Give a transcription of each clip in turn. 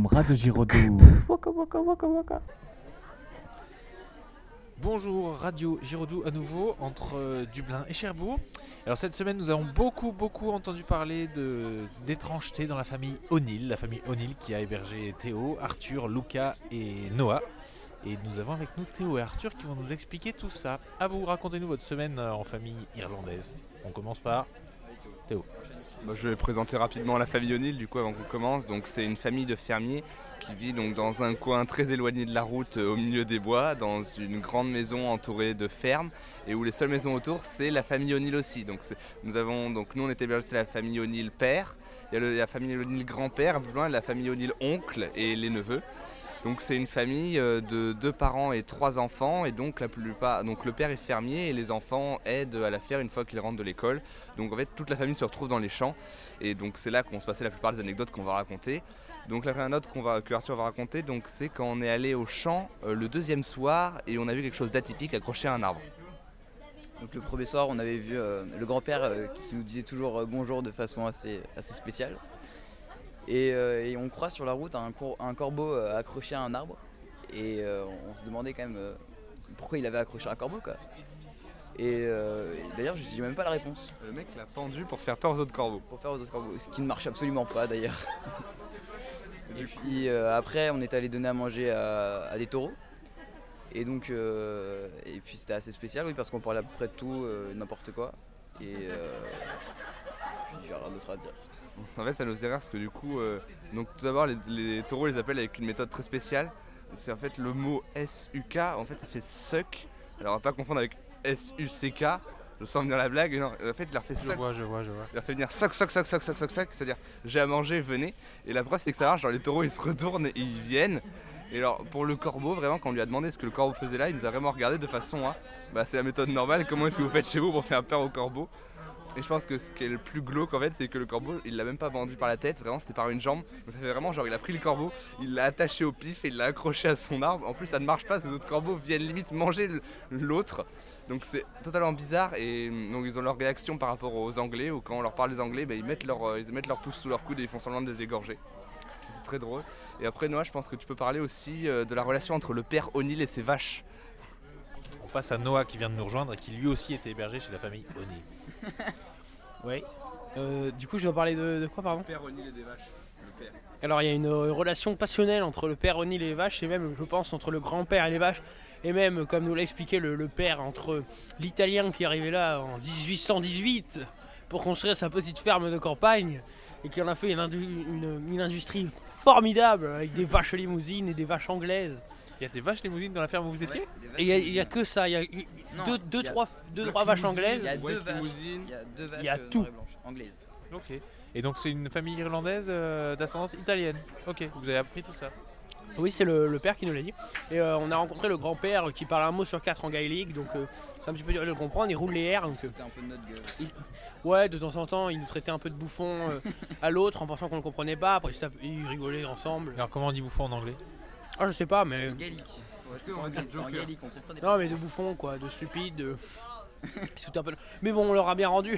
from Radio Giraudoux. Waka waka waka waka. Bonjour Radio Giraudoux à nouveau entre Dublin et Cherbourg. Alors cette semaine nous avons beaucoup entendu parler d'étrangeté dans la famille O'Neill. La famille O'Neill qui a hébergé Théo, Arthur, Luca et Noah. Et nous avons avec nous Théo et Arthur qui vont nous expliquer tout ça. À vous, racontez-nous votre semaine en famille irlandaise. On commence par Théo. Je vais présenter rapidement la famille O'Neill du coup avant qu'on commence. Donc c'est une famille de fermiers qui vit donc dans un coin très éloigné de la route au milieu des bois, dans une grande maison entourée de fermes et où les seules maisons autour c'est la famille O'Neill aussi. Donc nous on était hébergés, c'est la famille O'Neill père, il y a la famille O'Neill grand-père, plus loin la famille O'Neill oncle et les neveux. Donc c'est une famille de 2 parents et 3 enfants et donc le père est fermier et les enfants aident à la ferme une fois qu'ils rentrent de l'école. Donc en fait toute la famille se retrouve dans les champs et donc c'est là qu'on se passait la plupart des anecdotes qu'on va raconter. Donc la première anecdote que Arthur va raconter, donc, c'est quand on est allé au champ le 2e soir et on a vu quelque chose d'atypique accroché à un arbre. Donc le premier soir on avait vu le grand-père qui nous disait toujours bonjour de façon assez spéciale. Et on croise sur la route un corbeau accroché à un arbre et on se demandait quand même pourquoi il avait accroché un corbeau quoi. Et d'ailleurs je n'ai même pas la réponse. Le mec l'a pendu pour faire peur aux autres corbeaux. Ce qui ne marche absolument pas d'ailleurs. Et puis après on est allé donner à manger à des taureaux. Et donc et puis c'était assez spécial oui parce qu'on parlait à peu près de tout, n'importe quoi. Et puis j'ai rien d'autre à dire. En fait ça nous faisait rire parce que du coup, donc tout d'abord les taureaux les appellent avec une méthode très spéciale. C'est en fait le mot SUK, en fait ça fait suck. Alors on va pas confondre avec SUCK, je sens venir la blague, non, en fait il leur fait suck. Je vois. Il leur fait venir suck, c'est-à-dire j'ai à manger, venez. Et la preuve c'est que ça marche, genre les taureaux ils se retournent et ils viennent. Et alors pour le corbeau, vraiment quand on lui a demandé ce que le corbeau faisait là, il nous a vraiment regardé de façon à c'est la méthode normale, comment est-ce que vous faites chez vous pour faire peur au corbeau. Et je pense que ce qui est le plus glauque en fait, c'est que le corbeau, il l'a même pas vendu par la tête, vraiment c'était par une jambe. Donc ça fait vraiment genre il a pris le corbeau, il l'a attaché au pif et il l'a accroché à son arbre. En plus ça ne marche pas, ces autres corbeaux viennent limite manger l'autre. Donc c'est totalement bizarre et donc ils ont leur réaction par rapport aux Anglais où quand on leur parle des Anglais, ils mettent leur pouce sous leur coude et ils font semblant de les égorger. C'est très drôle. Et après Noah, je pense que tu peux parler aussi de la relation entre le père O'Neill et ses vaches. On passe à Noah qui vient de nous rejoindre et qui lui aussi était hébergé chez la famille O'Neill. Oui. Du coup, je vais parler de quoi, pardon ? Le père O'Neill et des vaches. Le père. Alors, il y a une relation passionnelle entre le père O'Neill et les vaches, et même, je pense, entre le grand-père et les vaches, et même, comme nous l'a expliqué le père, entre l'Italien qui est arrivé là en 1818 pour construire sa petite ferme de campagne, et qui en a fait une industrie formidable avec des vaches limousines et des vaches anglaises. Il y a des vaches limousines dans la ferme où vous étiez ? Et il y a que ça, il y a deux, trois vaches anglaises. Il y a 2 vaches, Il y a tout. noires et blanches, anglaises. Ok. Et donc c'est une famille irlandaise d'ascendance italienne. Ok, vous avez appris tout ça. Oui, c'est le père qui nous l'a dit. Et on a rencontré le grand-père qui parle un mot sur 4 en gaélique, donc c'est un petit peu dur de le comprendre. Il roule les airs. C'était un peu de notre gueule. Ouais, de temps en temps, il nous traitait un peu de bouffon à l'autre en pensant qu'on ne le comprenait pas. Après, ils rigolaient ensemble. Alors comment on dit bouffon en anglais ? Ah, je sais pas, mais. C'est gaélique. C'était en gaélique, on comprenait pas. Non, mais de bouffon, quoi, de stupide. C'était un peu... Mais bon, on leur a bien rendu.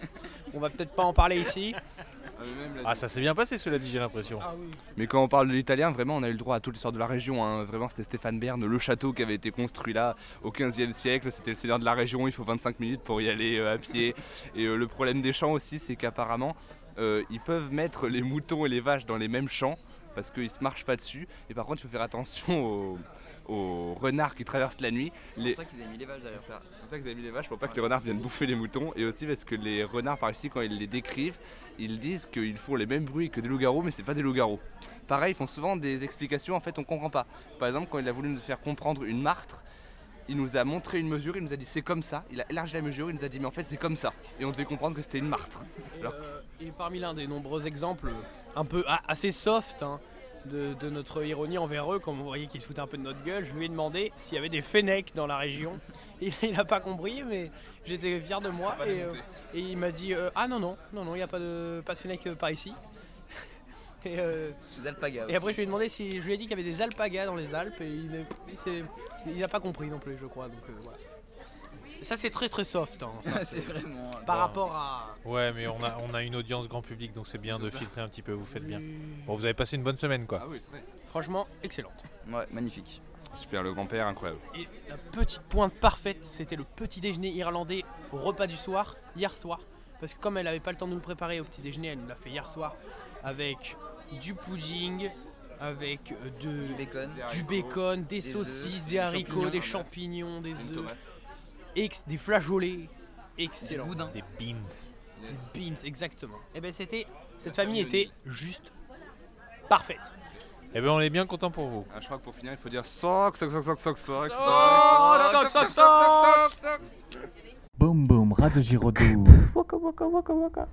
On va peut-être pas en parler ici. Ah, ça s'est bien passé, cela dit, j'ai l'impression. Ah oui. Mais quand on parle de l'italien, vraiment on a eu le droit à toute l'histoire de la région. Vraiment c'était Stéphane Bern, le château qui avait été construit là au 15e siècle. C'était le seigneur de la région, il faut 25 minutes pour y aller à pied. Et le problème des champs aussi, c'est qu'apparemment ils peuvent mettre les moutons et les vaches dans les mêmes champs parce qu'ils se marchent pas dessus. Et par contre il faut faire attention aux renards qui traversent la nuit. C'est pour ça qu'ils avaient mis les vaches d'ailleurs. C'est pour ça qu'ils avaient mis les vaches, pour pas que les renards viennent bouffer les moutons. Et aussi parce que les renards par ici, quand ils les décrivent, ils disent qu'ils font les mêmes bruits que des loups-garous, mais c'est pas des loups-garous. Pareil, ils font souvent des explications, en fait on comprend pas. Par exemple, quand il a voulu nous faire comprendre une martre, il nous a montré une mesure, il nous a dit c'est comme ça, il a élargi la mesure, il nous a dit mais en fait c'est comme ça. Et on devait comprendre que c'était une martre. Et parmi l'un des nombreux exemples un peu assez soft de notre ironie envers eux, comme vous voyez qu'ils se foutaient un peu de notre gueule, je lui ai demandé s'il y avait des fennecs dans la région. Il n'a pas compris, mais j'étais fier de moi. Et il m'a dit ah non, il n'y a pas de fennecs par ici. Des alpagas. Et après je lui ai demandé si je lui ai dit qu'il y avait des alpagas dans les Alpes et il n'a pas compris non plus, je crois. Donc voilà. Ça c'est très très soft. Hein, ça, C'est vraiment. par rapport à. Ouais, mais on a une audience grand public, donc c'est bien de ça. filtrer un petit peu, vous faites bien. Bon, vous avez passé une bonne semaine, quoi. Ah oui, très. Franchement, excellente. Ouais, magnifique. Super, le grand-père, incroyable. Et la petite pointe parfaite, c'était le petit déjeuner irlandais au repas du soir, hier soir. Parce que comme elle avait pas le temps de nous le préparer au petit déjeuner, elle nous l'a fait hier soir avec du pudding, avec du bacon, des saucisses, des haricots, des champignons, des Une œufs, tomate. des flageolets. Excellent. Du boudin. Des beans. Des beans, exactement. Et ben cette famille était juste parfaite. Eh ben, on est bien content pour vous. Ah, je crois que pour finir, il faut dire soc. Boum boum, Radio Giraudoux. Waka waka waka waka.